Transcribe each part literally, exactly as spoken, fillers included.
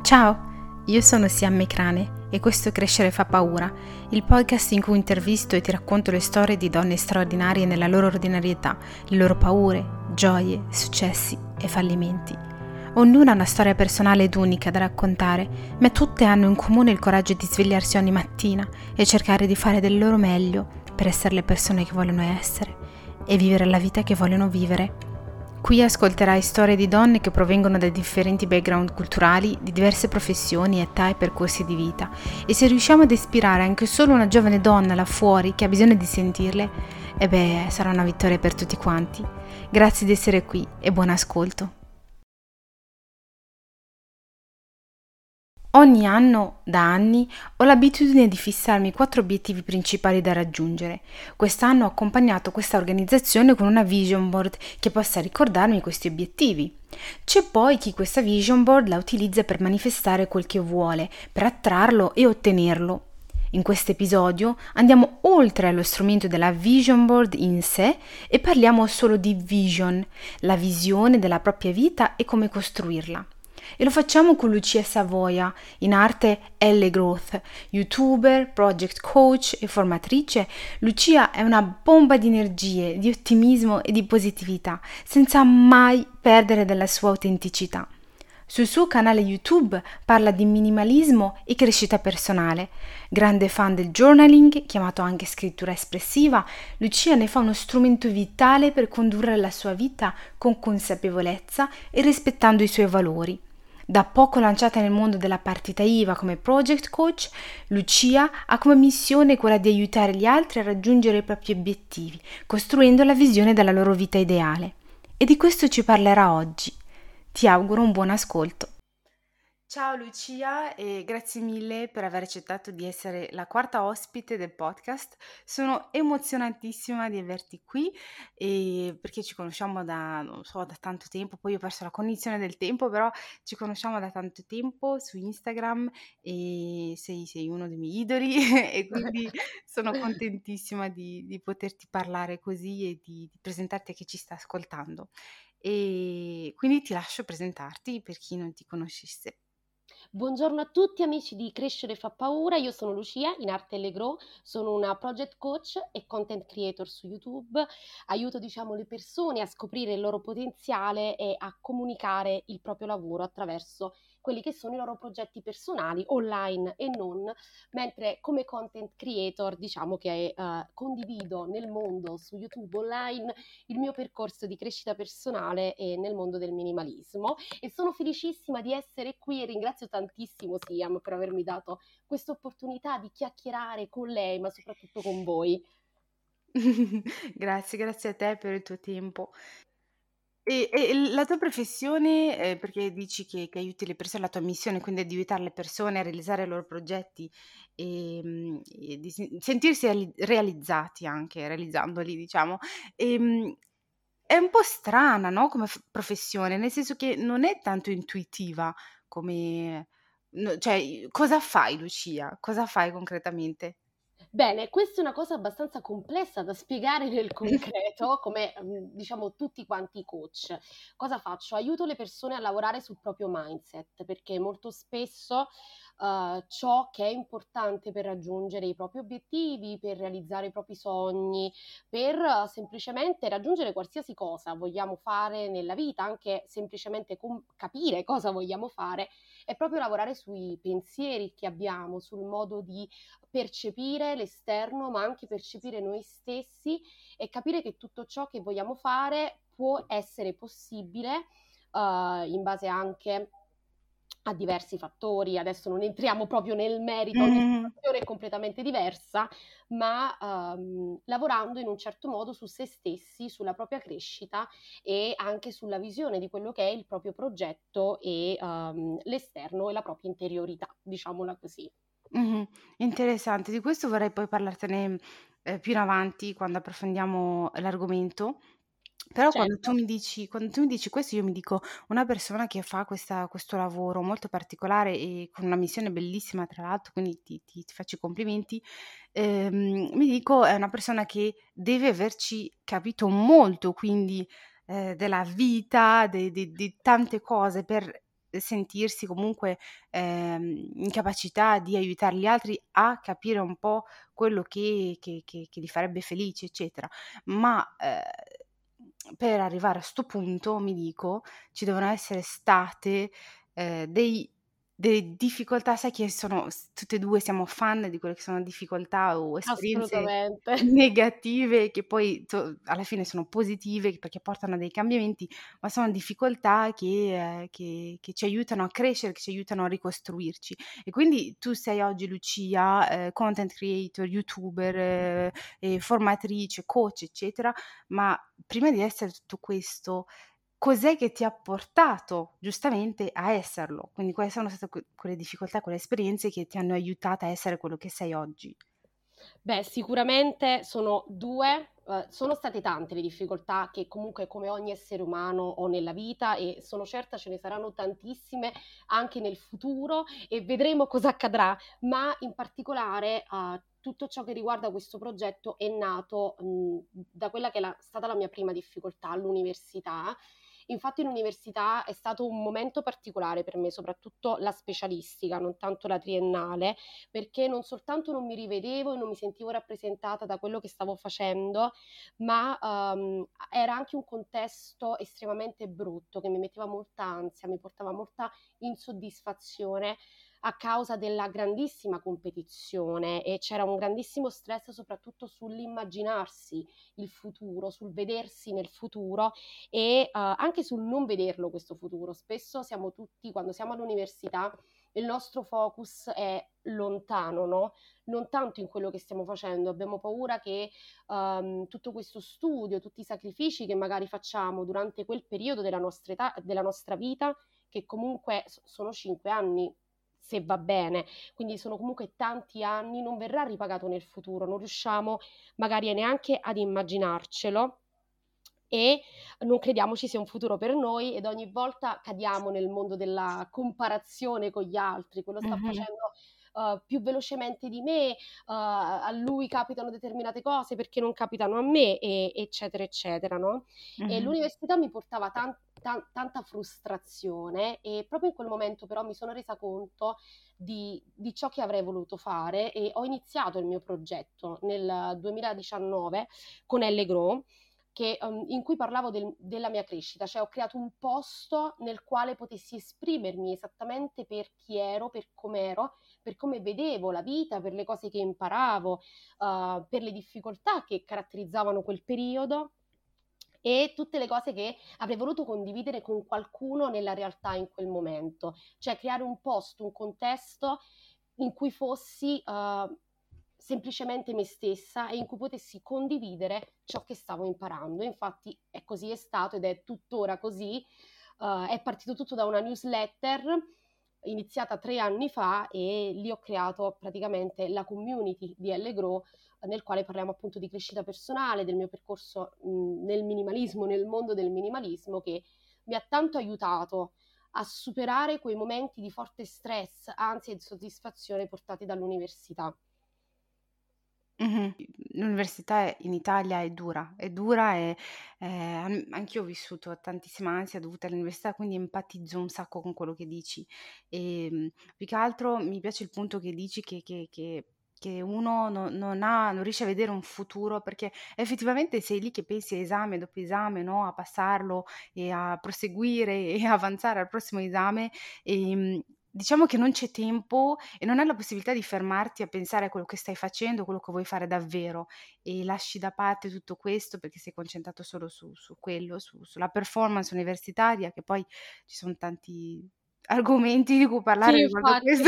Ciao, io sono Siam Crane e questo è Crescere fa paura, il podcast in cui intervisto e ti racconto le storie di donne straordinarie nella loro ordinarietà, le loro paure, gioie, successi e fallimenti. Ognuna ha una storia personale ed unica da raccontare, ma tutte hanno in comune il coraggio di svegliarsi ogni mattina e cercare di fare del loro meglio per essere le persone che vogliono essere e vivere la vita che vogliono vivere. Qui ascolterai storie di donne che provengono da differenti background culturali, di diverse professioni, età e percorsi di vita. E se riusciamo ad ispirare anche solo una giovane donna là fuori che ha bisogno di sentirle, e beh, sarà una vittoria per tutti quanti. Grazie di essere qui e buon ascolto. Ogni anno, da anni, ho l'abitudine di fissarmi quattro obiettivi principali da raggiungere. Quest'anno ho accompagnato questa organizzazione con una vision board che possa ricordarmi questi obiettivi. C'è poi chi questa vision board la utilizza per manifestare quel che vuole, per attrarlo e ottenerlo. In questo episodio andiamo oltre allo strumento della vision board in sé e parliamo solo di vision, la visione della propria vita e come costruirla. E lo facciamo con Lucia Savoia, in arte Elle Growth, youtuber, project coach e formatrice. Lucia è una bomba di energie, di ottimismo e di positività, senza mai perdere della sua autenticità. Sul suo canale YouTube parla di minimalismo e crescita personale. Grande fan del journaling, chiamato anche scrittura espressiva, Lucia ne fa uno strumento vitale per condurre la sua vita con consapevolezza e rispettando i suoi valori. Da poco lanciata nel mondo della partita I V A come project coach, Lucia ha come missione quella di aiutare gli altri a raggiungere i propri obiettivi, costruendo la visione della loro vita ideale. E di questo ci parlerà oggi. Ti auguro un buon ascolto. Ciao Lucia e grazie mille per aver accettato di essere la quarta ospite del podcast. Sono emozionatissima di averti qui e perché ci conosciamo da, non so, da tanto tempo, poi ho perso la cognizione del tempo, però ci conosciamo da tanto tempo su Instagram e sei, sei uno dei miei idoli e quindi sono contentissima di, di poterti parlare così e di, di presentarti a chi ci sta ascoltando. E quindi ti lascio presentarti per chi non ti conoscesse. Buongiorno a tutti amici di Crescere fa paura, io sono Lucia, in arte Elle Grow, sono una project coach e content creator su YouTube, aiuto diciamo le persone a scoprire il loro potenziale e a comunicare il proprio lavoro attraverso quelli che sono i loro progetti personali, online e non, mentre come content creator diciamo che eh, condivido nel mondo su YouTube online il mio percorso di crescita personale e nel mondo del minimalismo e sono felicissima di essere qui e ringrazio tantissimo Siam per avermi dato questa opportunità di chiacchierare con lei, ma soprattutto con voi. Grazie, grazie a te per il tuo tempo. E, e la tua professione, eh, perché dici che, che aiuti le persone, la tua missione quindi è di aiutare le persone a realizzare i loro progetti e, mm, e di sen- sentirsi reali- realizzati anche, realizzandoli, diciamo. E, mm, è un po' strana, no? Come f- professione, nel senso che non è tanto intuitiva come... no, cioè, cosa fai, Lucia? Cosa fai concretamente? Bene, questa è una cosa abbastanza complessa da spiegare nel concreto, come mm, diciamo tutti quanti i coach. Cosa faccio? Aiuto le persone a lavorare sul proprio mindset, perché molto spesso eh, ciò che è importante per raggiungere i propri obiettivi, per realizzare i propri sogni, per eh, semplicemente raggiungere qualsiasi cosa vogliamo fare nella vita, anche semplicemente com- capire cosa vogliamo fare, è proprio lavorare sui pensieri che abbiamo, sul modo di percepire l'esterno, ma anche percepire noi stessi e capire che tutto ciò che vogliamo fare può essere possibile uh, in base anche a diversi fattori. Adesso non entriamo proprio nel merito, ogni Mm. situazione è completamente diversa, ma um, lavorando in un certo modo su se stessi, sulla propria crescita e anche sulla visione di quello che è il proprio progetto e um, l'esterno e la propria interiorità, diciamola così. Mh-mh. Interessante. Di questo vorrei poi parlartene, ehm, più in avanti quando approfondiamo l'argomento. Però quando tu Certo. mi dici quando tu mi dici questo io mi dico: una persona che fa questa questo lavoro molto particolare e con una missione bellissima tra l'altro, quindi ti ti ti faccio i complimenti, ehm, mi dico è una persona che deve averci capito molto, quindi, ehm, della vita, de de di tante cose per sentirsi comunque, ehm, in capacità di aiutare gli altri a capire un po' quello che che che che li farebbe felici, eccetera. Ma, ehm, per arrivare a 'sto punto, mi dico, ci devono essere state, ehm, dei delle difficoltà, sai che sono s tutte e due siamo fan di quelle che sono difficoltà o esperienze Assolutamente. negative che poi to alla fine sono positive perché portano a dei cambiamenti, ma sono difficoltà che ehm, che che ci aiutano a crescere, che ci aiutano a ricostruirci. E quindi tu sei oggi Lucia, ehm, content creator, youtuber, ehm, e formatrice, coach, eccetera, ma prima di essere tutto questo, cos'è che ti ha portato giustamente a esserlo? Quindi quali sono state que quelle difficoltà, quelle esperienze che ti hanno aiutata a essere quello che sei oggi? Beh, sicuramente sono due, uhm, sono state tante le difficoltà che comunque come ogni essere umano ho nella vita e sono certa ce ne saranno tantissime anche nel futuro e vedremo cosa accadrà, ma in particolare, uhm, tutto ciò che riguarda questo progetto è nato, mhmm, da quella che è la stata la mia prima difficoltà, l'università. Infatti l'università è stato un momento particolare per me, soprattutto la specialistica, non tanto la triennale, perché non soltanto non mi rivedevo e non mi sentivo rappresentata da quello che stavo facendo, ma um, era anche un contesto estremamente brutto che mi metteva molta ansia, mi portava molta insoddisfazione a causa della grandissima competizione e c'era un grandissimo stress soprattutto sull'immaginarsi il futuro, sul vedersi nel futuro e uh, anche sul non vederlo questo futuro. Spesso siamo tutti, quando siamo all'università, il nostro focus è lontano, no? Non tanto in quello che stiamo facendo, abbiamo paura che um, tutto questo studio, tutti i sacrifici che magari facciamo durante quel periodo della nostra età, della nostra vita, che comunque sono cinque anni, se va bene, quindi sono comunque tanti anni, non verrà ripagato nel futuro, non riusciamo magari neanche ad immaginarcelo e non crediamo ci sia un futuro per noi ed ogni volta cadiamo nel mondo della comparazione con gli altri, quello sta Mh-mh, facendo uh, più velocemente di me, uh, a lui capitano determinate cose perché non capitano a me, e, eccetera, eccetera, no? E mh-mh, l'università mi portava tan- tan- tanta frustrazione e proprio in quel momento però mi sono resa conto di, di ciò che avrei voluto fare e ho iniziato il mio progetto nel duemiladiciannove con Elle Grow che, um, in cui parlavo del- della mia crescita, cioè ho creato un posto nel quale potessi esprimermi esattamente per chi ero, per come ero, per come vedevo la vita, per le cose che imparavo, uh, per le difficoltà che caratterizzavano quel periodo e tutte le cose che avrei voluto condividere con qualcuno nella realtà in quel momento, cioè creare un posto, un contesto in cui fossi uh, semplicemente me stessa e in cui potessi condividere ciò che stavo imparando. Infatti è così è stato ed è tuttora così. Uh, è partito tutto da una newsletter iniziata tre anni fa e lì ho creato praticamente la community di Elle Grow nel quale parliamo appunto di crescita personale, del mio percorso mh, nel minimalismo, nel mondo del minimalismo che mi ha tanto aiutato a superare quei momenti di forte stress, ansia e insoddisfazione portati dall'università. mh-mh. L'università in Italia è dura, è dura e, ehm, anch'io ho vissuto tantissima ansia dovuta all'università, quindi empatizzo un sacco con quello che dici. Ehm, più che altro mi piace il punto che dici che che che che uno no non ha non riesce a vedere un futuro, perché effettivamente sei lì che pensi a esame dopo esame, no, a passarlo e a proseguire e avanzare al prossimo esame, ehm, diciamo che non c'è tempo e non hai la possibilità di fermarti a pensare a quello che stai facendo, quello che vuoi fare davvero e lasci da parte tutto questo perché sei concentrato solo su su quello, su sulla performance universitaria, che poi ci son tanti argomenti di cui parlare Sì, riguardo a infatti. questo.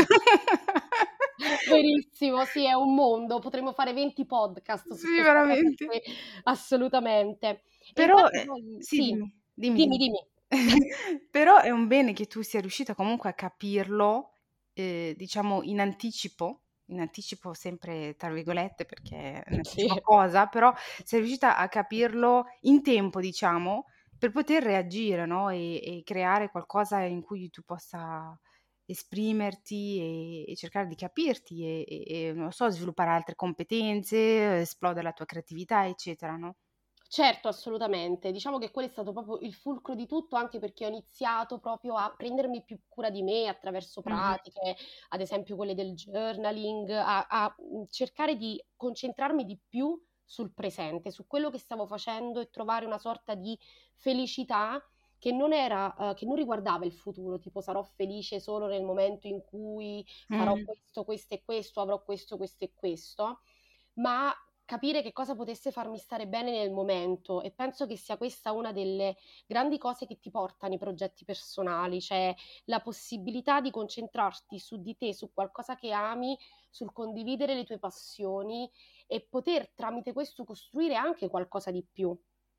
Verissimo, sì, è un mondo, potremmo fare venti podcast su Sì, questa cosa, veramente. perché assolutamente. E Però, infatti ehm poi sì, sì, dimmi, dimmi, dimmi, dimmi. dimmi. Però è un bene che tu sia riuscita comunque a capirlo, ehm, diciamo in anticipo, in anticipo sempre tra virgolette, perché in Sì. anticipo a cosa, però sei riuscita a capirlo in tempo, diciamo, per poter reagire, no, e e creare qualcosa in cui tu possa esprimerti e e cercare di capirti e e e non lo so, sviluppare altre competenze, esplodere la tua creatività, eccetera, no? Certo, assolutamente. Diciamo che quello è stato proprio il fulcro di tutto, anche perché ho iniziato proprio a prendermi più cura di me attraverso Mh-mh. pratiche, ad esempio quelle del journaling, a a, mhmm, cercare di concentrarmi di più sul presente, su quello che stavo facendo e trovare una sorta di felicità che non era uhm, che non riguardava il futuro, tipo sarò felice solo nel momento in cui farò Mh. questo, questo e questo, avrò questo, questo e questo, ma capire che cosa potesse farmi stare bene nel momento, e penso che sia questa una delle grandi cose che ti portano i progetti personali, cioè la possibilità di concentrarti su di te, su qualcosa che ami, sul condividere le tue passioni e poter tramite questo costruire anche qualcosa di più,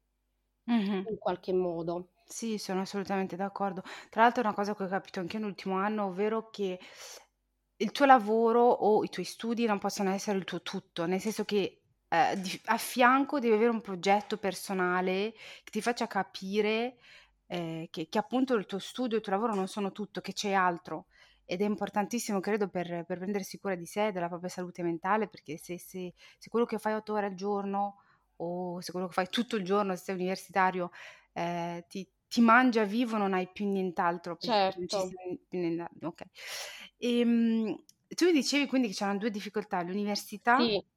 Mh-mh. in qualche modo. Sì, sono assolutamente d'accordo. Tra l'altro è una cosa che ho capito anch'io nell'ultimo anno, ovvero che il tuo lavoro o i tuoi studi non possono essere il tuo tutto, nel senso che, ehm, di a fianco devi avere un progetto personale che ti faccia capire, ehm, che che appunto il tuo studio e il tuo lavoro non sono tutto, che c'è altro. Ed è importantissimo credo per per prendersi cura di sé, della propria salute mentale, perché se se se quello che fai otto ore al giorno o se quello che fai tutto il giorno, se sei universitario, ehm, ti ti mangia vivo, non hai più nient'altro, penso che non Certo. ci sia n più nienta okay. Ehm, tu mi dicevi quindi che c'erano due difficoltà, l'università Sì.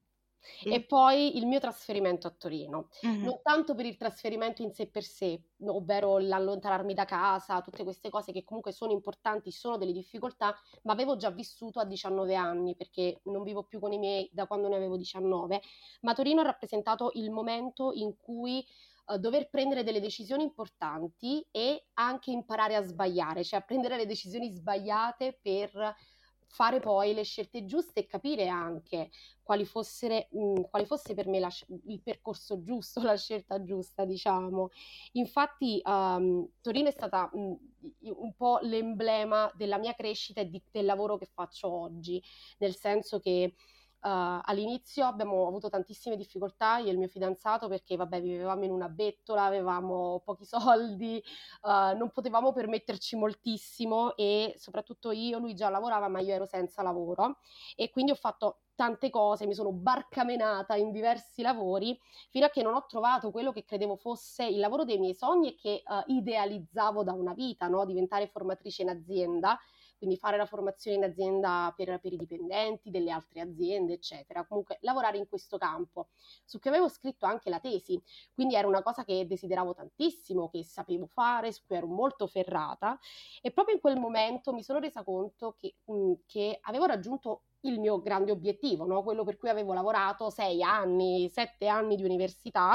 E e poi il mio trasferimento a Torino. mh-mh, Non tanto per il trasferimento in sé per sé, no, ovvero l'allontanarmi da casa, tutte queste cose che comunque sono importanti, sono delle difficoltà, ma avevo già vissuto a diciannove anni, perché non vivo più con i miei da quando ne avevo diciannove, ma Torino ha rappresentato il momento in cui eh, dover prendere delle decisioni importanti e anche imparare a sbagliare, cioè a prendere le decisioni sbagliate per fare poi le scelte giuste e capire anche quali fossero, mh, quale fosse per me la sc- il percorso giusto, la scelta giusta, diciamo. Infatti, ehm, Torino è stata mh, un po' l'emblema della mia crescita e di- del lavoro che faccio oggi, nel senso che Uh, all'inizio abbiamo avuto tantissime difficoltà io e il mio fidanzato perché vabbè vivevamo in una bettola, avevamo pochi soldi, uh, non potevamo permetterci moltissimo e soprattutto io, lui già lavorava ma io ero senza lavoro e quindi ho fatto tante cose, mi sono barcamenata in diversi lavori fino a che non ho trovato quello che credevo fosse il lavoro dei miei sogni e che uh, idealizzavo da una vita, no? Diventare formatrice in azienda, quindi fare la formazione in azienda per, per i dipendenti delle altre aziende, eccetera. Comunque lavorare in questo campo, su cui avevo scritto anche la tesi, quindi era una cosa che desideravo tantissimo, che sapevo fare, su cui ero molto ferrata e proprio in quel momento mi sono resa conto che, mh, che avevo raggiunto il mio grande obiettivo, no? Quello per cui avevo lavorato sei anni, sette anni di università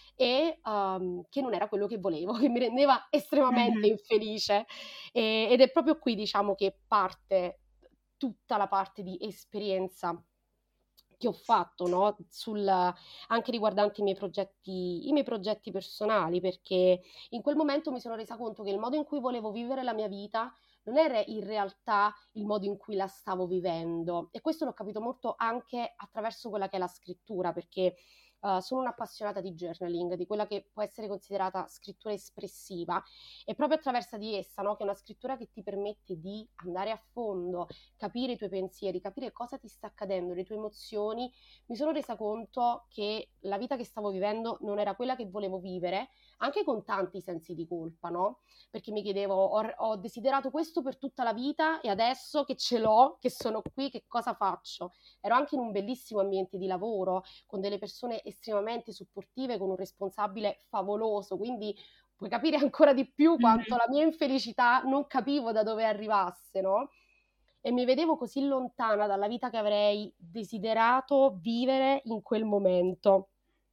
e um, che non era quello che volevo, che mi rendeva estremamente mh-mh, infelice. E- ed è proprio qui, diciamo, che parte tutta la parte di esperienza che ho fatto, no? Sul, anche riguardante i miei progetti, i miei progetti personali, perché in quel momento mi sono resa conto che il modo in cui volevo vivere la mia vita non era in realtà il modo in cui la stavo vivendo. E questo l'ho capito molto anche attraverso quella che è la scrittura, perché uh, sono un'appassionata di journaling, di quella che può essere considerata scrittura espressiva, e proprio attraverso di essa, no, che è una scrittura che ti permette di andare a fondo, capire i tuoi pensieri, capire cosa ti sta accadendo, le tue emozioni, mi sono resa conto che la vita che stavo vivendo non era quella che volevo vivere, anche con tanti sensi di colpa, no? Perché mi chiedevo, ho, ho desiderato questo per tutta la vita e adesso che ce l'ho, che sono qui, che cosa faccio? Ero anche in un bellissimo ambiente di lavoro, con delle persone estremamente supportive, con un responsabile favoloso, quindi puoi capire ancora di più quanto mh-mh. la mia infelicità non capivo da dove arrivasse, no? E mi vedevo così lontana dalla vita che avrei desiderato vivere in quel momento.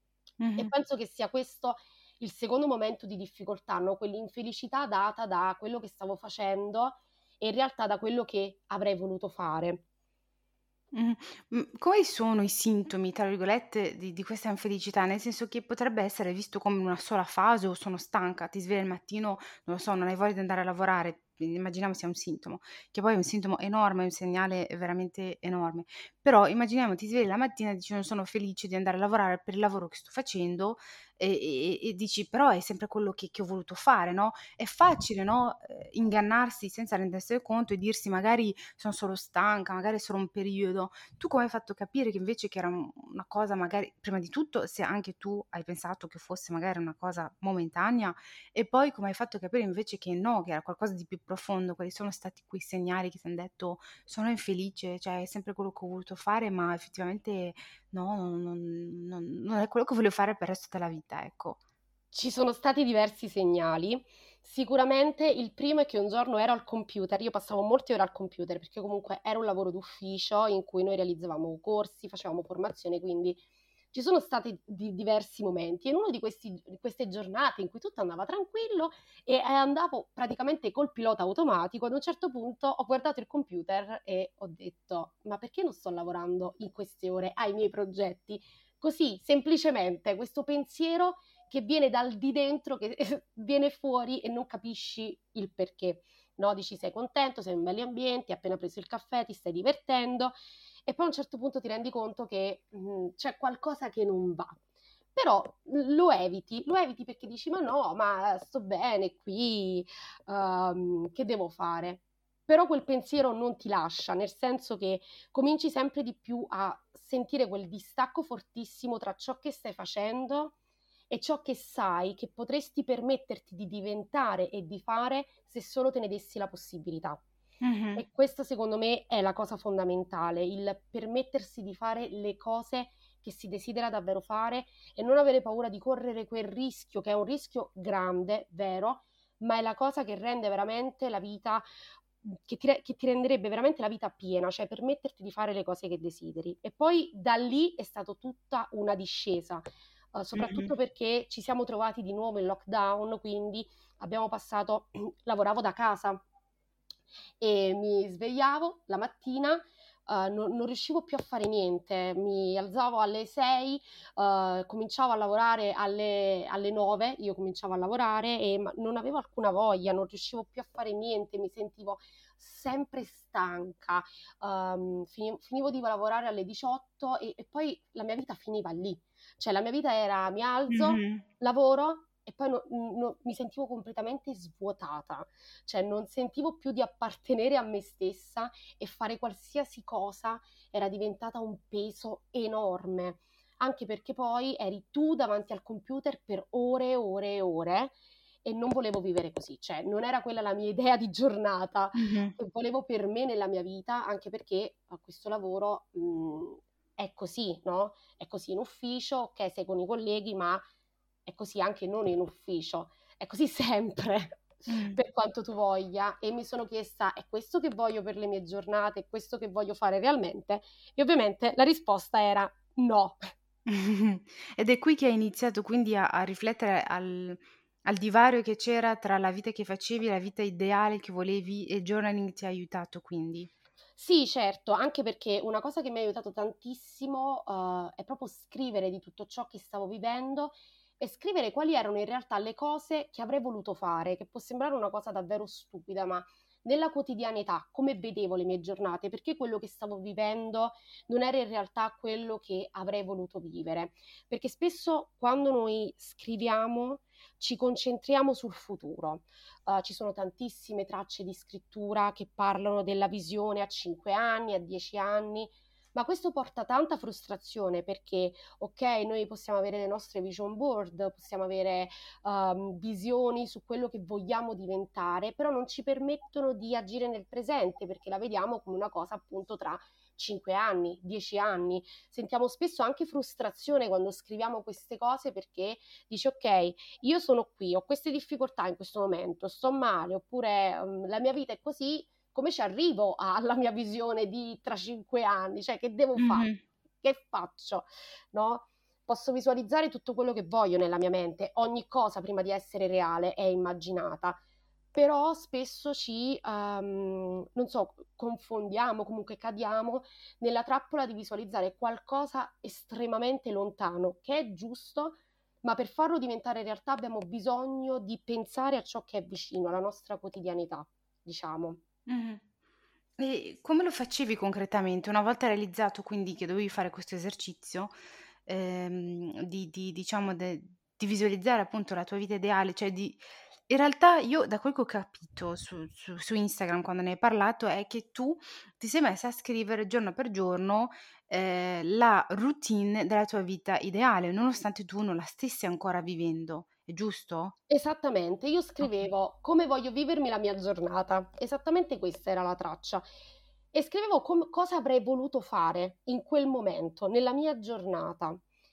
E Mh-mh. penso che sia questo il secondo momento di difficoltà, no? Quell'infelicità data da quello che stavo facendo e in realtà da quello che avrei voluto fare. Mh-mh. Mhmm, quali sono i "sintomi" tra virgolette di di questa infelicità? Nel senso che potrebbe essere visto come una sola fase o sono stanca, ti svegli al mattino, non lo so, non hai voglia di andare a lavorare, immaginiamo sia un sintomo, che poi è un sintomo enorme, è un segnale veramente enorme. Però immaginiamo ti svegli la mattina e dici: "Non sono felice di andare a lavorare per il lavoro che sto facendo", e e e dici: "Però è sempre quello che che ho voluto fare", no, è facile, no, ehm, ingannarsi senza rendersene conto e dirsi: "Magari son solo stanca, magari è solo un periodo". Tu come hai fatto a capire che invece che era un una cosa magari prima di tutto, se anche tu hai pensato che fosse magari una cosa momentanea, e poi come hai fatto a capire invece che no, che era qualcosa di più profondo? Quali sono stati quei segnali che ti han detto: "Sono infelice, cioè è sempre quello che ho voluto fare, ma effettivamente no, non non non non è quello che voglio fare per il resto della vita", ecco. Ci sono stati diversi segnali. Sicuramente il primo è che un giorno ero al computer, io passavo molte ore al computer perché comunque era un lavoro d'ufficio in cui noi realizzavamo corsi, facevamo formazione, quindi ci sono stati di diversi momenti. E in uno di questi di queste giornate in cui tutto andava tranquillo e, ehm, andavo praticamente col pilota automatico, ad un certo punto ho guardato il computer e ho detto: "Ma perché non sto lavorando in queste ore ai miei progetti?" Così, semplicemente, questo pensiero che viene dal di dentro, che viene fuori e non capisci il perché, no, dici: sei contento, sei in belli ambienti, hai appena preso il caffè, ti stai divertendo e poi a un certo punto ti rendi conto che, mhmm, c'è qualcosa che non va. Però l lo eviti, lo eviti perché dici: "Ma no, ma sto bene qui, uhm, che devo fare?" Però quel pensiero non ti lascia, nel senso che cominci sempre di più a sentire quel distacco fortissimo tra ciò che stai facendo e ciò che sai che potresti permetterti di diventare e di fare se solo te ne dessi la possibilità. Mh-mh. E questa secondo me è la cosa fondamentale, il permettersi di fare le cose che si desidera davvero fare e non avere paura di correre quel rischio, che è un rischio grande, vero, ma è la cosa che rende veramente la vita mhmm, che ti re che ti renderebbe veramente la vita piena, cioè permetterti di fare le cose che desideri. E poi da lì è stato tutta una discesa, uhm, Mh-mh. soprattutto perché ci siamo trovati di nuovo in lockdown, quindi abbiamo passato lavoravo da casa e mi svegliavo la mattina, uhm, non non riuscivo più a fare niente, mi alzavo alle sei, uhm, cominciavo a lavorare alle alle nove, io cominciavo a lavorare e ma non avevo alcuna voglia, non riuscivo più a fare niente, mi sentivo sempre stanca, uhm, fini finivo di lavorare alle diciotto e e poi la mia vita finiva lì. Cioè la mia vita era: mi alzo, Mh-mh. lavoro e poi no no mi sentivo completamente svuotata. Cioè non sentivo più di appartenere a me stessa e fare qualsiasi cosa era diventata un peso enorme, anche perché poi eri tu davanti al computer per ore e ore e ore e non volevo vivere così, cioè non era quella la mia idea di giornata Mh-mh. che volevo per me nella mia vita, anche perché a questo lavoro, mhmm, è così, no, è così in ufficio, okay, sei con i colleghi, ma è così anche non in ufficio, è così sempre, Mh. per quanto tu voglia. E mi sono chiesta: "È questo che voglio per le mie giornate? È questo che voglio fare realmente?" E ovviamente la risposta era no. Ed è qui che hai iniziato quindi a a riflettere al al divario che c'era tra la vita che facevi e la vita ideale che volevi, e il journaling ti ha aiutato quindi. Sì, certo, anche perché una cosa che mi ha aiutato tantissimo, uhm, è proprio scrivere di tutto ciò che stavo vivendo e scrivere quali erano in realtà le cose che avrei voluto fare, che può sembrare una cosa davvero stupida, ma nella quotidianità come vedevo le mie giornate, perché quello che stavo vivendo non era in realtà quello che avrei voluto vivere. Perché spesso quando noi scriviamo ci concentriamo sul futuro. Uh, ci sono tantissime tracce di scrittura che parlano della visione a cinque anni, a dieci anni, ma questo porta tanta frustrazione perché, ok, noi possiamo avere le nostre vision board, possiamo avere um, visioni su quello che vogliamo diventare, però non ci permettono di agire nel presente perché la vediamo come una cosa appunto tra cinque anni, dieci anni. Sentiamo spesso anche frustrazione quando scriviamo queste cose perché dici ok, io sono qui, ho queste difficoltà in questo momento, sto male, oppure um, la mia vita è così, come ci arrivo alla mia visione di tra cinque anni? Cioè, che devo fare? Mh-mh. Che faccio? No? Posso visualizzare tutto quello che voglio nella mia mente, ogni cosa prima di essere reale è immaginata, però spesso ci, um, non so, confondiamo, comunque cadiamo nella trappola di visualizzare qualcosa estremamente lontano, che è giusto, ma per farlo diventare realtà abbiamo bisogno di pensare a ciò che è vicino, alla nostra quotidianità. diciamo. Mh-mh. E come lo facevi concretamente? Una volta realizzato quindi che dovevi fare questo esercizio, ehm, di di diciamo de di visualizzare appunto la tua vita ideale, cioè di in realtà io da quel che ho capito su su su Instagram quando ne hai parlato, è che tu ti sei messa a scrivere giorno per giorno, ehm, la routine della tua vita ideale, nonostante tu non la stessi ancora vivendo, è giusto? Esattamente, io Okay. scrivevo: "Come voglio vivermi la mia giornata." Esattamente questa era la traccia. E scrivevo com cosa avrei voluto fare in quel momento, nella mia giornata,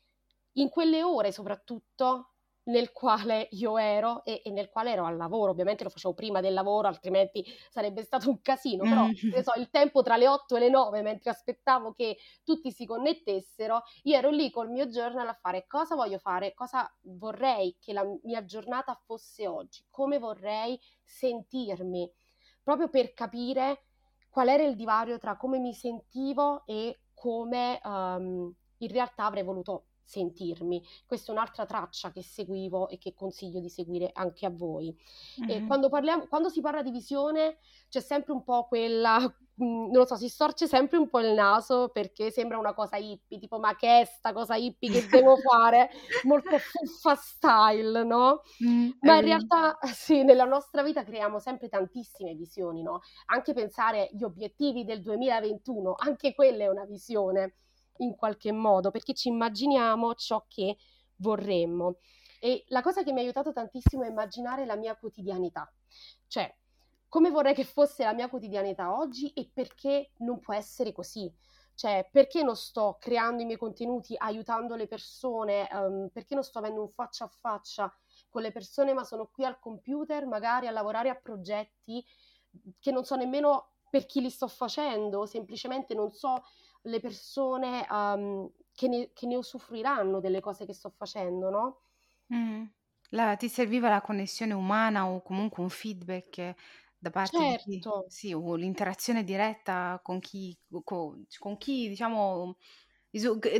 in quelle ore soprattutto nel quale io ero e e nel quale ero al lavoro. Ovviamente lo facevo prima del lavoro, altrimenti sarebbe stato un casino, però, che ne Mh. so, il tempo tra le otto e le nove mentre aspettavo che tutti si connettessero, io ero lì col mio journal a fare: cosa voglio fare, cosa vorrei che la mia giornata fosse oggi, come vorrei sentirmi, proprio per capire qual era il divario tra come mi sentivo e come, uhm, in realtà avrei voluto sentirmi. Questa è un'altra traccia che seguivo e che consiglio di seguire anche a voi. E Mh-mh. quando parliamo quando si parla di visione c'è sempre un po' quella mhmm, non lo so, si storce sempre un po' il naso perché sembra una cosa hippie, tipo: "Ma che è 'sta cosa hippie che devo fare?" Molto fuffa style, no, Mh, è ma in vero. realtà sì, nella nostra vita creiamo sempre tantissime visioni, no, anche pensare gli obiettivi del duemilaventuno, anche quella è una visione in qualche modo, perché ci immaginiamo ciò che vorremmo. E la cosa che mi ha aiutato tantissimo è immaginare la mia quotidianità, cioè come vorrei che fosse la mia quotidianità oggi e perché non può essere così. Cioè, perché non sto creando i miei contenuti, aiutando le persone, ehm, perché non sto avendo un faccia a faccia con le persone, ma sono qui al computer, magari a lavorare a progetti che non so nemmeno per chi li sto facendo, semplicemente non so le persone um, che, ne, che ne usufruiranno delle cose che sto facendo, no? Mh. La ti serviva la connessione umana o comunque un feedback da parte di chi Certo, sì, o l'interazione diretta con chi co co con chi diciamo isu g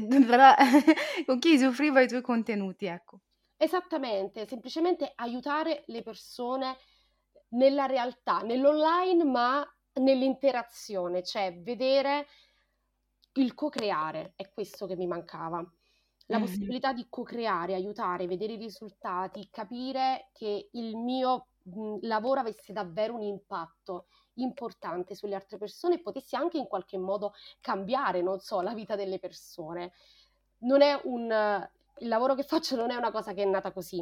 con chi usufruiva i tuoi contenuti, ecco. esattamente, semplicemente aiutare le persone nella realtà, nell'online, ma nell'interazione, cioè vedere il co-creare, è questo che mi mancava. La Mh-mh. possibilità di co-creare, aiutare, vedere i risultati, capire che il mio, mhmm, lavoro avesse davvero un impatto importante sulle altre persone e potessi anche in qualche modo cambiare, non so, la vita delle persone. Non è un il lavoro che faccio non è una cosa che è nata così.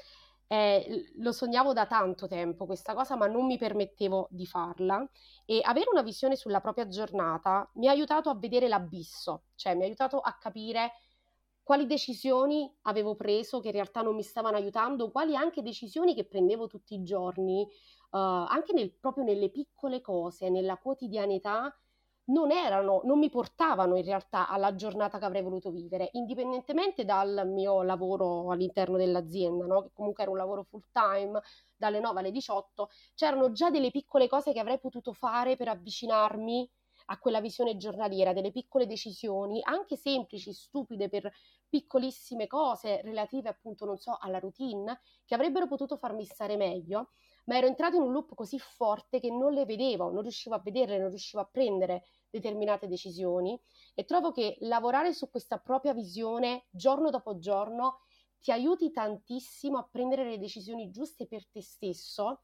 Ehm, l lo sognavo da tanto tempo questa cosa, ma non mi permettevo di farla e avere una visione sulla propria giornata mi ha aiutato a vedere l'abisso, cioè mi ha aiutato a capire quali decisioni avevo preso che in realtà non mi stavano aiutando, quali anche decisioni che prendevo tutti i giorni, uhm, anche nel proprio nelle piccole cose, nella quotidianità, non erano non mi portavano in realtà alla giornata che avrei voluto vivere, indipendentemente dal mio lavoro all'interno dell'azienda, no, che comunque era un lavoro full time, dalle nove alle diciotto, c'erano già delle piccole cose che avrei potuto fare per avvicinarmi a quella visione giornaliera, delle piccole decisioni, anche semplici, stupide, per piccolissime cose relative appunto, non so, alla routine, che avrebbero potuto farmi stare meglio, ma ero entrata in un loop così forte che non le vedevo, non riuscivo a vederle, non riuscivo a prendere determinate decisioni e trovo che lavorare su questa propria visione giorno dopo giorno ti aiuti tantissimo a prendere le decisioni giuste per te stesso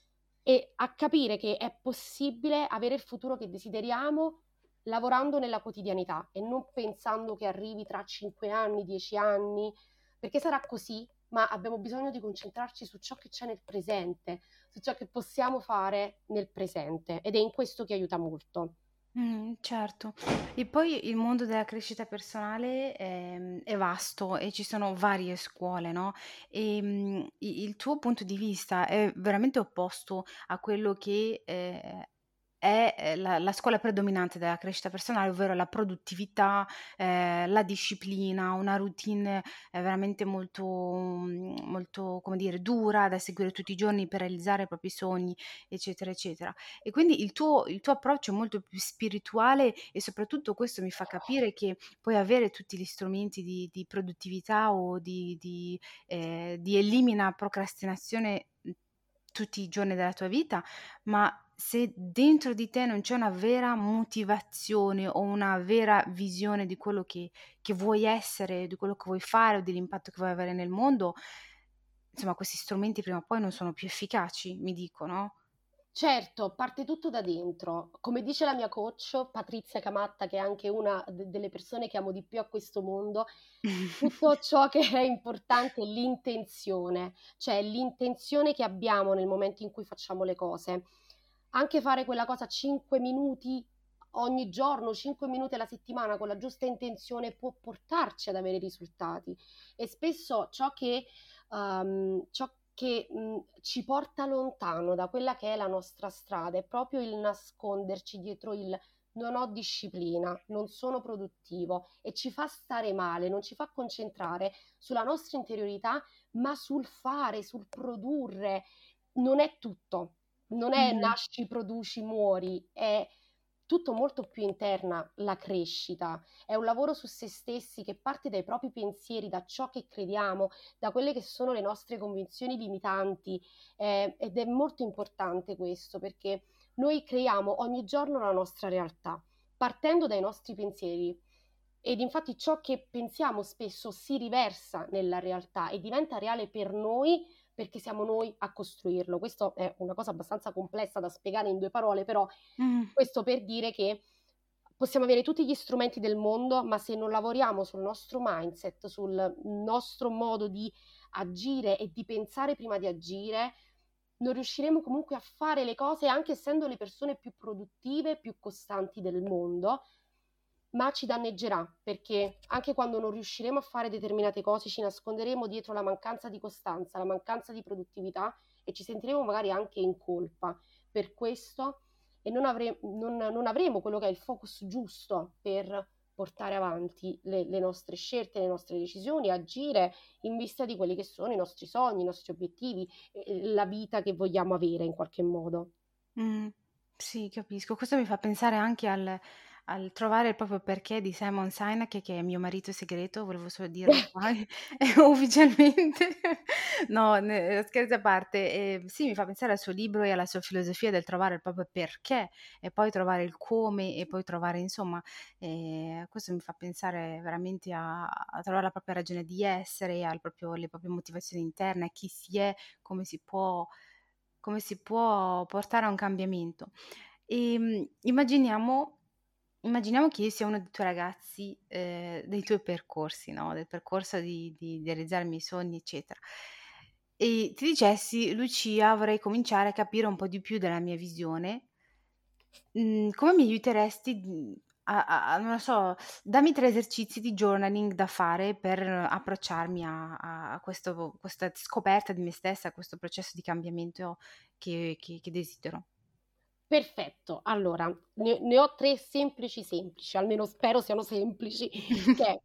e a capire che è possibile avere il futuro che desideriamo lavorando nella quotidianità e non pensando che arrivi tra cinque anni, dieci anni, perché sarà così, ma abbiamo bisogno di concentrarci su ciò che c'è nel presente, su ciò che possiamo fare nel presente ed è in questo che aiuta molto. Mh, certo. E poi il mondo della crescita personale, ehm, è vasto e ci sono varie scuole, no, ehm, i il tuo punto di vista è veramente opposto a quello che, ehm, è, ehm, la la scuola predominante della crescita personale, ovvero la produttività, ehm, la disciplina, una routine, ehm, veramente molto mhmm, molto, come dire, dura da seguire tutti i giorni per realizzare i propri sogni, eccetera, eccetera. E quindi il tuo il tuo approccio è molto più spirituale e soprattutto questo mi fa capire che puoi avere tutti gli strumenti di di produttività o di di ehm, di elimina procrastinazione, mhmm, tutti i giorni della tua vita, ma se dentro di te non c'è una vera motivazione o una vera visione di quello che che vuoi essere, di quello che vuoi fare o dell'impatto che vuoi avere nel mondo, insomma questi strumenti prima o poi non sono più efficaci, mi dicono. Certo, parte tutto da dentro. Come dice la mia coach, Patrizia Camatta, che è anche una de- delle persone che amo di più a questo mondo, tutto ciò che è importante è l'intenzione, cioè l'intenzione che abbiamo nel momento in cui facciamo le cose. Anche fare quella cosa cinque minuti ogni giorno, cinque minuti alla settimana con la giusta intenzione può portarci ad avere risultati. E spesso ciò che, um, ciò che mh, ci porta lontano da quella che è la nostra strada è proprio il nasconderci dietro il non ho disciplina, non sono produttivo e ci fa stare male, non ci fa concentrare sulla nostra interiorità, ma sul fare, sul produrre. Non è tutto, non è Mh-mh. nasci, produci, muori, è tutto molto più interna la crescita, è un lavoro su se stessi che parte dai propri pensieri, da ciò che crediamo, da quelle che sono le nostre convinzioni limitanti, eh, ed è molto importante questo perché noi creiamo ogni giorno la nostra realtà, partendo dai nostri pensieri. Ed infatti ciò che pensiamo spesso si riversa nella realtà e diventa reale per noi perché siamo noi a costruirlo. Questo è una cosa abbastanza complessa da spiegare in due parole, però Mh. questo per dire che possiamo avere tutti gli strumenti del mondo, ma se non lavoriamo sul nostro mindset, sul nostro modo di agire e di pensare prima di agire, non riusciremo comunque a fare le cose anche essendo le persone più produttive, più costanti del mondo, ma ci danneggerà perché anche quando non riusciremo a fare determinate cose ci nasconderemo dietro la mancanza di costanza, la mancanza di produttività e ci sentiremo magari anche in colpa per questo e non, avre- non, non avremo quello che è il focus giusto per portare avanti le, le nostre scelte, le nostre decisioni, agire in vista di quelli che sono i nostri sogni, i nostri obiettivi, eh, la vita che vogliamo avere in qualche modo. Mh, sì, capisco. Questo mi fa pensare anche al al trovare il proprio perché di Simon Sinek, che è mio marito segreto, volevo solo dirlo qua, eh, ufficialmente. No, ne scherzi a parte, ehm, sì, mi fa pensare al suo libro e alla sua filosofia del trovare il proprio perché e poi trovare il come e poi trovare insomma, ehm, questo mi fa pensare veramente a a trovare la propria ragione di essere, al proprio alle proprie motivazioni interne, a chi si è, come si può come si può portare a un cambiamento. Ehm, immaginiamo immaginiamo che io sia uno dei tuoi ragazzi, ehm, dei tuoi percorsi, no, del percorso di di di realizzare i miei sogni, eccetera. E ti dicessi: "Lucia, vorrei cominciare a capire un po' di più della mia visione, mhmm, come mi aiuteresti, mhmm, a a a non lo so, dammi tre esercizi di journaling da fare per approcciarmi a a a questo questa scoperta di me stessa, a questo processo di cambiamento che che che desidero." Perfetto, allora ne, ne ho tre semplici semplici, almeno spero siano semplici, che è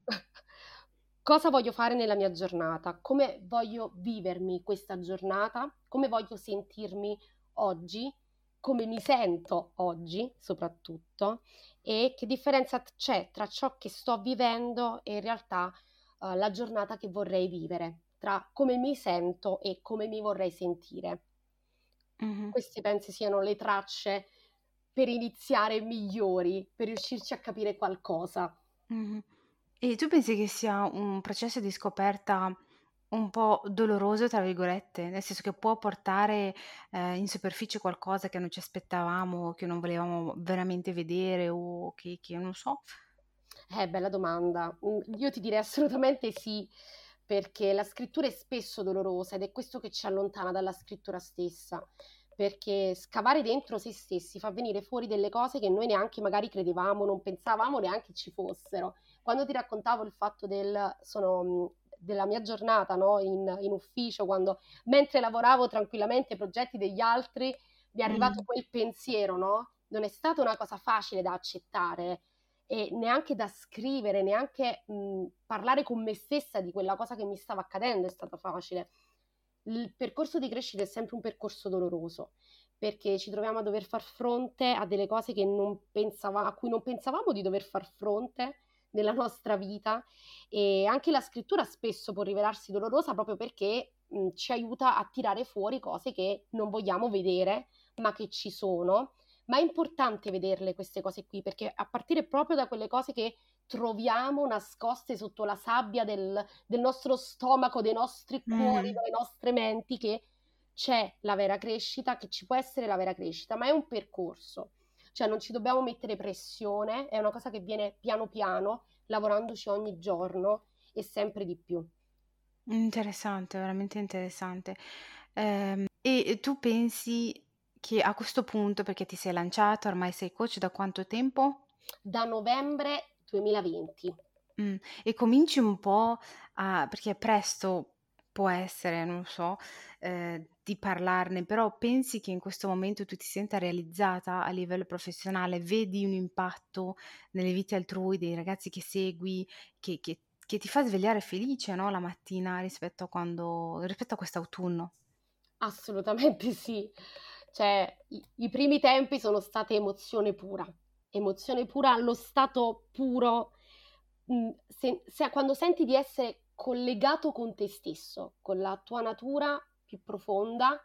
cosa voglio fare nella mia giornata, come voglio vivermi questa giornata, come voglio sentirmi oggi, come mi sento oggi soprattutto e che differenza t- c'è tra ciò che sto vivendo e in realtà eh, la giornata che vorrei vivere, tra come mi sento e come mi vorrei sentire. Mh-mh, Queste pensi siano le tracce per iniziare migliori, per riuscirci a capire qualcosa. mh-mh. E tu pensi che sia un processo di scoperta un po' "doloroso" tra virgolette? Nel senso che può portare, ehm, in superficie qualcosa che non ci aspettavamo, che non volevamo veramente vedere o che che non so. Eh, bella domanda. Mm, Io ti direi assolutamente sì, perché la scrittura è spesso dolorosa ed è questo che ci allontana dalla scrittura stessa, perché scavare dentro se stessi fa venire fuori delle cose che noi neanche magari credevamo, non pensavamo neanche ci fossero. Quando ti raccontavo il fatto del, sono, mm, della mia giornata, no, in, in ufficio, quando mentre lavoravo tranquillamente ai progetti degli altri, mi è arrivato Mh, quel pensiero, no? Non è stata una cosa facile da accettare e neanche da scrivere, neanche mh, parlare con me stessa di quella cosa che mi stava accadendo è stato facile. Il percorso di crescita è sempre un percorso doloroso perché ci troviamo a dover far fronte a delle cose che non pensava, a cui non pensavamo di dover far fronte nella nostra vita e anche la scrittura spesso può rivelarsi dolorosa proprio perché mh, ci aiuta a tirare fuori cose che non vogliamo vedere ma che ci sono, ma è importante vederle queste cose qui, perché a partire proprio da quelle cose che troviamo nascoste sotto la sabbia del, del nostro stomaco, dei nostri cuori, Mm. delle nostre menti, che c'è la vera crescita, che ci può essere la vera crescita, ma è un percorso. Cioè non ci dobbiamo mettere pressione, è una cosa che viene piano piano, lavorandoci ogni giorno e sempre di più. Interessante, veramente interessante. Ehm, e e tu pensi che a questo punto, perché ti sei lanciata, ormai sei coach da quanto tempo? Da novembre duemilaventi. Mh, e cominci un po' a perché presto può essere, non lo so, ehm, di parlarne, però pensi che in questo momento tu ti senta realizzata a livello professionale? Vedi un impatto nelle vite altrui, dei ragazzi che segui, che che che ti fa svegliare felice, no, la mattina rispetto a quando rispetto a quest'autunno? Assolutamente sì. Cioè, i, i primi tempi sono state emozione pura, emozione pura allo stato puro, mh, se- se- quando senti di essere collegato con te stesso, con la tua natura più profonda,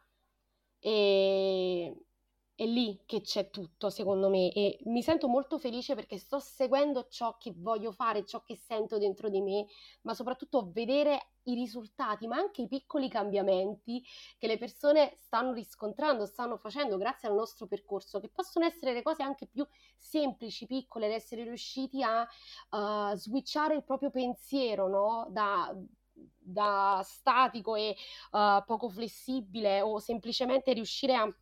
e è lì che c'è tutto, secondo me, e mi sento molto felice perché sto seguendo ciò che voglio fare, ciò che sento dentro di me, ma soprattutto vedere i risultati, ma anche i piccoli cambiamenti che le persone stanno riscontrando, stanno facendo grazie al nostro percorso, che possono essere le cose anche più semplici, piccole, l'essere riusciti a uh, switchare il proprio pensiero, no? Da, da statico e uh, poco flessibile, o semplicemente riuscire a,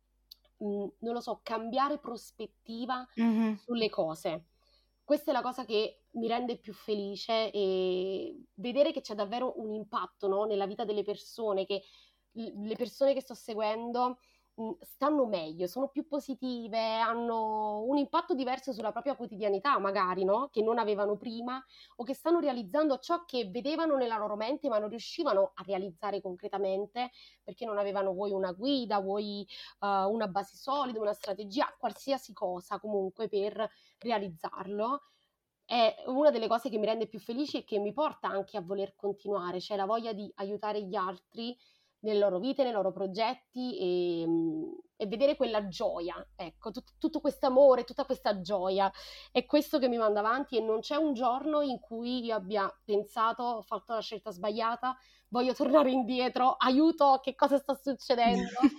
mh, non lo so, cambiare prospettiva Mh-mh. sulle cose. Questa è la cosa che mi rende più felice, e vedere che c'è davvero un impatto, no, nella vita delle persone, che l- le persone che sto seguendo mh, stanno meglio, sono più positive, hanno un impatto diverso sulla propria quotidianità, magari, no? Che non avevano prima, o che stanno realizzando ciò che vedevano nella loro mente, ma non riuscivano a realizzare concretamente perché non avevano vuoi una guida, vuoi uh, una base solida, una strategia, qualsiasi cosa comunque per realizzarlo. È una delle cose che mi rende più felice e che mi porta anche a voler continuare, cioè la voglia di aiutare gli altri nelle loro vite, nei loro progetti, e, e vedere quella gioia, ecco, tut- tutto questo amore, tutta questa gioia. È questo che mi manda avanti, e non c'è un giorno in cui io abbia pensato, ho fatto la scelta sbagliata, voglio tornare indietro, aiuto, che cosa sta succedendo?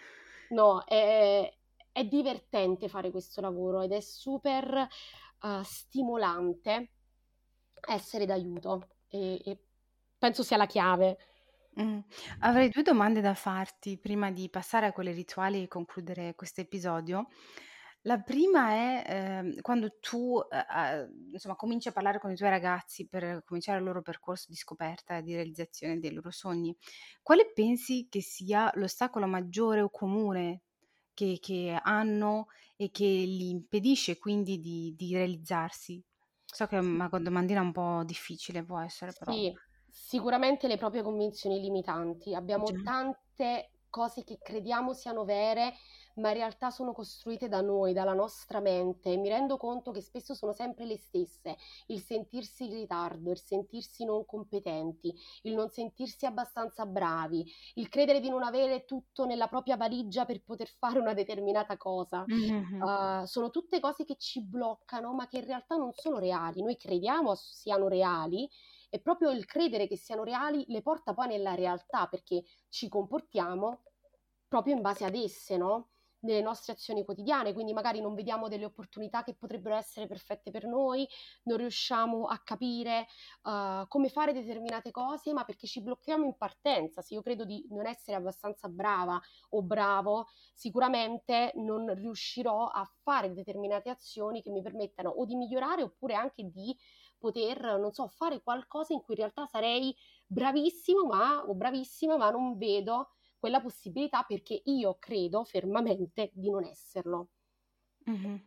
No, è, è divertente fare questo lavoro ed è super uh, stimolante essere d'aiuto, e, e penso sia la chiave. Mh. Avrei due domande da farti prima di passare a quelle rituali e concludere questo episodio. La prima è, ehm, quando tu, uhm, a insomma, cominci a parlare con i tuoi ragazzi per cominciare il loro percorso di scoperta e di realizzazione dei loro sogni, quale pensi che sia l'ostacolo maggiore o comune che che hanno e che li impedisce quindi di di realizzarsi? So che è una co domandina un po' difficile, può essere, però Sì, sicuramente le proprie convinzioni limitanti. già. Abbiamo tante cose che crediamo siano vere, ma in realtà sono costruite da noi, dalla nostra mente. Mi rendo conto che spesso sono sempre le stesse: il sentirsi in ritardo, il sentirsi non competenti, il non sentirsi abbastanza bravi, il credere di non avere tutto nella propria valigia per poter fare una determinata cosa. Mh-mh-mh. Uh, sono tutte cose che ci bloccano, ma che in realtà non sono reali. Noi crediamo siano reali, e proprio il credere che siano reali le porta poi nella realtà, perché ci comportiamo proprio in base ad esse, no? Nelle nostre azioni quotidiane, quindi magari non vediamo delle opportunità che potrebbero essere perfette per noi, non riusciamo a capire uh, come fare determinate cose, ma perché ci blocchiamo in partenza. Se io credo di non essere abbastanza brava o bravo, sicuramente non riuscirò a fare determinate azioni che mi permettano o di migliorare, oppure anche di poter, non so, fare qualcosa in cui in realtà sarei bravissimo, ma, o bravissima, ma non vedo quella possibilità perché io credo fermamente di non esserlo. Mh-mh.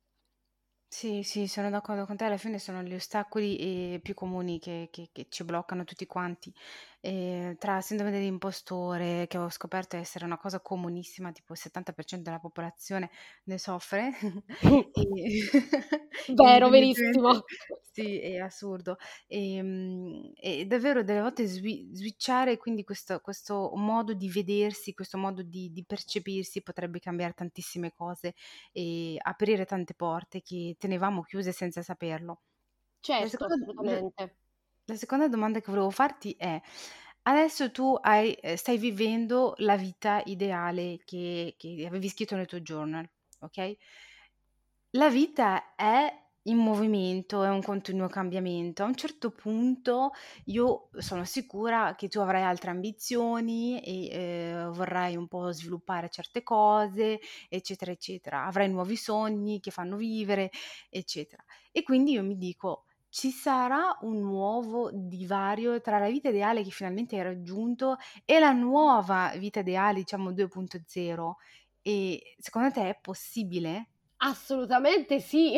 Sì, sì, sono d'accordo con te, alla fine sono gli ostacoli, ehm, più comuni che che che ci bloccano tutti quanti. ehm, tra sindrome dell'impostore, che ho scoperto essere una cosa comunissima, tipo il settanta per cento della popolazione ne soffre, e Vero, indipendentemente verissimo. sì, è assurdo. Ehm, e davvero delle volte swi switchare quindi questo questo modo di vedersi, questo modo di di percepirsi potrebbe cambiare tantissime cose e aprire tante porte che tenevamo chiuse senza saperlo. La Certo, seconda l assolutamente. la seconda domanda che volevo farti è: adesso tu hai ehm, stai vivendo la vita ideale che che avevi scritto nel tuo journal, okay? La vita è in movimento, è un continuo cambiamento. A un certo punto io sono sicura che tu avrai altre ambizioni e, ehm, vorrai un po' sviluppare certe cose, eccetera, eccetera. Avrai nuovi sogni che fanno vivere, eccetera. E quindi io mi dico: ci sarà un nuovo divario tra la vita ideale che finalmente hai raggiunto e la nuova vita ideale, diciamo due punto zero? E secondo te è possibile? Assolutamente sì.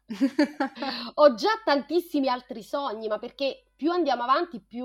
Ho già tantissimi altri sogni, ma perché più andiamo avanti, più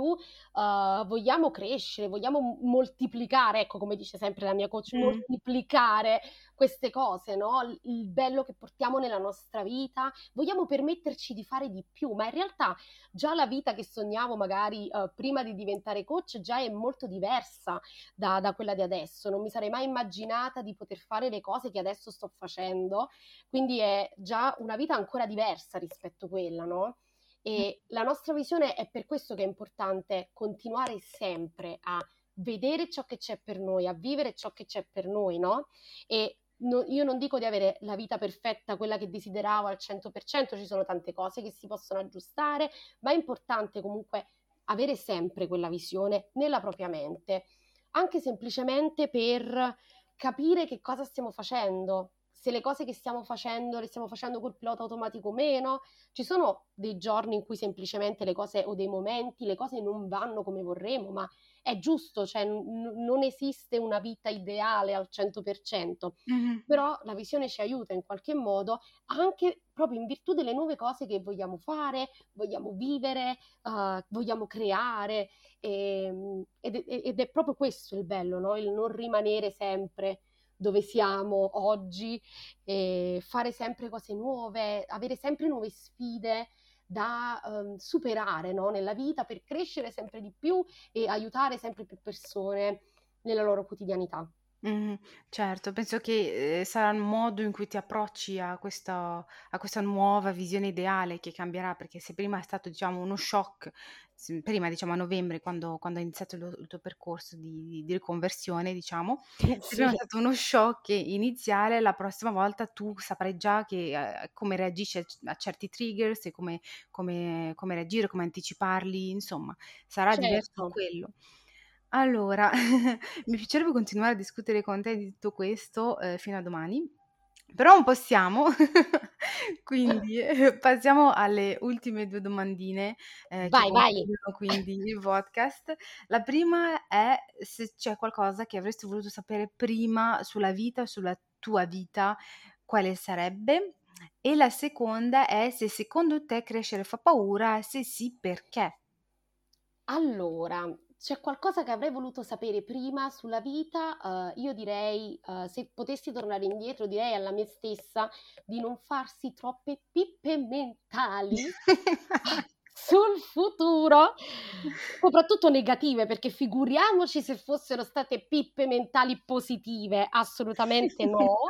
uh, vogliamo crescere, vogliamo m- moltiplicare, ecco come dice sempre la mia coach, Mh. moltiplicare queste cose, no? Il, il bello che portiamo nella nostra vita, vogliamo permetterci di fare di più, ma in realtà già la vita che sogniamo magari uh, prima di diventare coach già è molto diversa da, da quella di adesso. Non mi sarei mai immaginata di poter fare le cose che adesso sto facendo, quindi è già una vita ancora diversa rispetto a quella, no? Mh. E la nostra visione è per questo che è importante continuare sempre a vedere ciò che c'è per noi, a vivere ciò che c'è per noi, no? E no, io non dico di avere la vita perfetta, quella che desideravo al cento per cento, ci sono tante cose che si possono aggiustare, ma è importante comunque avere sempre quella visione nella propria mente, anche semplicemente per capire che cosa stiamo facendo, se le cose che stiamo facendo le stiamo facendo col pilota automatico o meno. Ci sono dei giorni in cui semplicemente le cose o dei momenti, le cose non vanno come vorremmo, ma è giusto, cioè n- non esiste una vita ideale al cento per cento, Mh-mh. però la visione ci aiuta in qualche modo anche proprio in virtù delle nuove cose che vogliamo fare, vogliamo vivere, uh, vogliamo creare, e, ed, è, ed è proprio questo il bello, no? Il non rimanere sempre dove siamo oggi, e fare sempre cose nuove, avere sempre nuove sfide da um, superare, no? Nella vita per crescere sempre di più e aiutare sempre più persone nella loro quotidianità. Mh-mh. Certo, penso che, ehm, sarà il modo in cui ti approcci a questa a questa nuova visione ideale che cambierà, perché se prima è stato diciamo uno shock, s prima diciamo a novembre quando quando hai iniziato il il tuo percorso di di riconversione diciamo, se prima è Sì, stato uno shock iniziale, la prossima volta tu saprai già che, ehm, come reagisci a c a certi triggers e come come come reagire, come anticiparli, insomma sarà diverso certo. quello. Allora, mi piacerebbe continuare a discutere con te di tutto questo, ehm, fino a domani, però non possiamo, quindi eh, passiamo alle ultime due domandine, ehm, che Vai, vai. concludono quindi il podcast. La prima è se c'è qualcosa che avresti voluto sapere prima sulla vita, sulla tua vita, quale sarebbe? E la seconda è se secondo te crescere fa paura, se sì perché? Allora, c'è qualcosa che avrei voluto sapere prima sulla vita? Eh, io direi, eh, se potessi tornare indietro, direi alla mia stessa di non farsi troppe pippe mentali sul futuro, soprattutto negative, perché figuriamoci se fossero state pippe mentali positive, assolutamente no.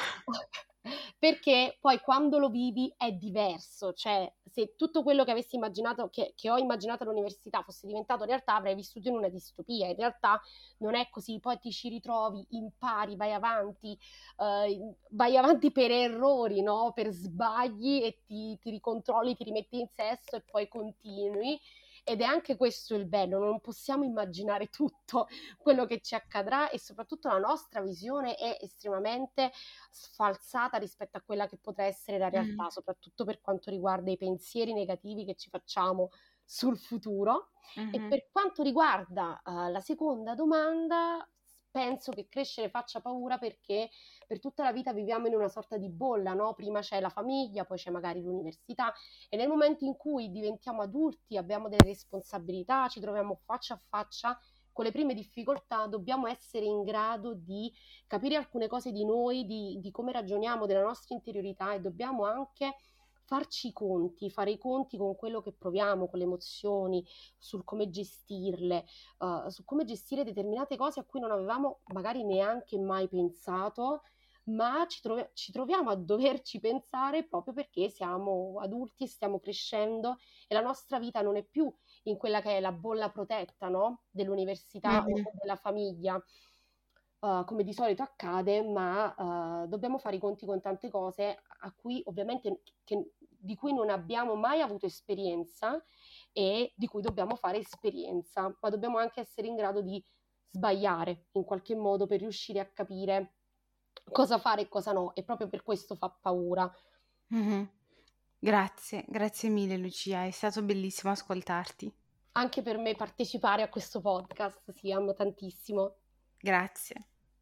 Perché poi quando lo vivi è diverso, cioè se tutto quello che avessi immaginato, che, che ho immaginato all'università fosse diventato realtà, avrei vissuto in una distopia. In realtà non è così, poi ti ci ritrovi, impari, vai avanti, eh, vai avanti per errori, no? Per sbagli e ti, ti ricontrolli, ti rimetti in sesto e poi continui. Ed è anche questo il bello, non possiamo immaginare tutto quello che ci accadrà e soprattutto la nostra visione è estremamente sfalsata rispetto a quella che potrà essere la Mh. realtà, soprattutto per quanto riguarda i pensieri negativi che ci facciamo sul futuro. E Mh-mh. per quanto riguarda uh, la seconda domanda, penso che crescere faccia paura perché per tutta la vita viviamo in una sorta di bolla, no? Prima c'è la famiglia, poi c'è magari l'università e nel momento in cui diventiamo adulti, abbiamo delle responsabilità, ci troviamo faccia a faccia con le prime difficoltà, dobbiamo essere in grado di capire alcune cose di noi, di, di come ragioniamo, della nostra interiorità e dobbiamo anche farci i conti, fare i conti con quello che proviamo, con le emozioni, sul come gestirle, uh, su come gestire determinate cose a cui non avevamo magari neanche mai pensato, ma ci, trovi- ci troviamo a doverci pensare proprio perché siamo adulti e stiamo crescendo e la nostra vita non è più in quella che è la bolla protetta, no? Dell'università o Mhm. della famiglia, uh, come di solito accade, ma uh, dobbiamo fare i conti con tante cose a cui ovviamente che- di cui non abbiamo mai avuto esperienza e di cui dobbiamo fare esperienza, ma dobbiamo anche essere in grado di sbagliare in qualche modo per riuscire a capire cosa fare e cosa no, e proprio per questo fa paura. Mhm. Grazie, grazie mille Lucia, è stato bellissimo ascoltarti. Anche per me partecipare a questo podcast, sì, amo tantissimo. Grazie.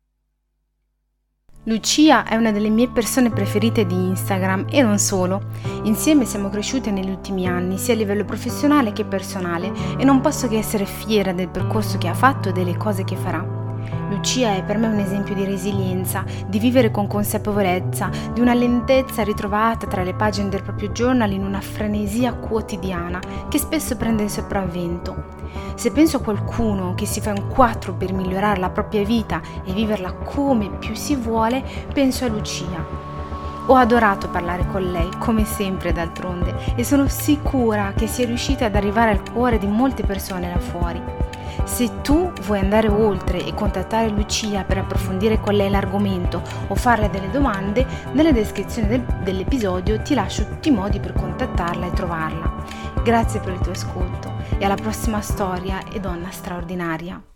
Lucia è una delle mie persone preferite di Instagram e non solo. Insieme siamo cresciute negli ultimi anni, sia a livello professionale che personale, e non posso che essere fiera del percorso che ha fatto e delle cose che farà. Lucia è per me un esempio di resilienza, di vivere con consapevolezza, di una lentezza ritrovata tra le pagine del proprio journal in una frenesia quotidiana che spesso prende il sopravvento. Se penso a qualcuno che si fa un quattro per migliorare la propria vita e viverla come più si vuole, penso a Lucia. Ho adorato parlare con lei, come sempre d'altronde, e sono sicura che sia riuscita ad arrivare al cuore di molte persone là fuori. Se tu vuoi andare oltre e contattare Lucia per approfondire con lei l'argomento o farle delle domande, nella descrizione del, dell'episodio ti lascio tutti i modi per contattarla e trovarla. Grazie per il tuo ascolto e alla prossima storia e donna straordinaria.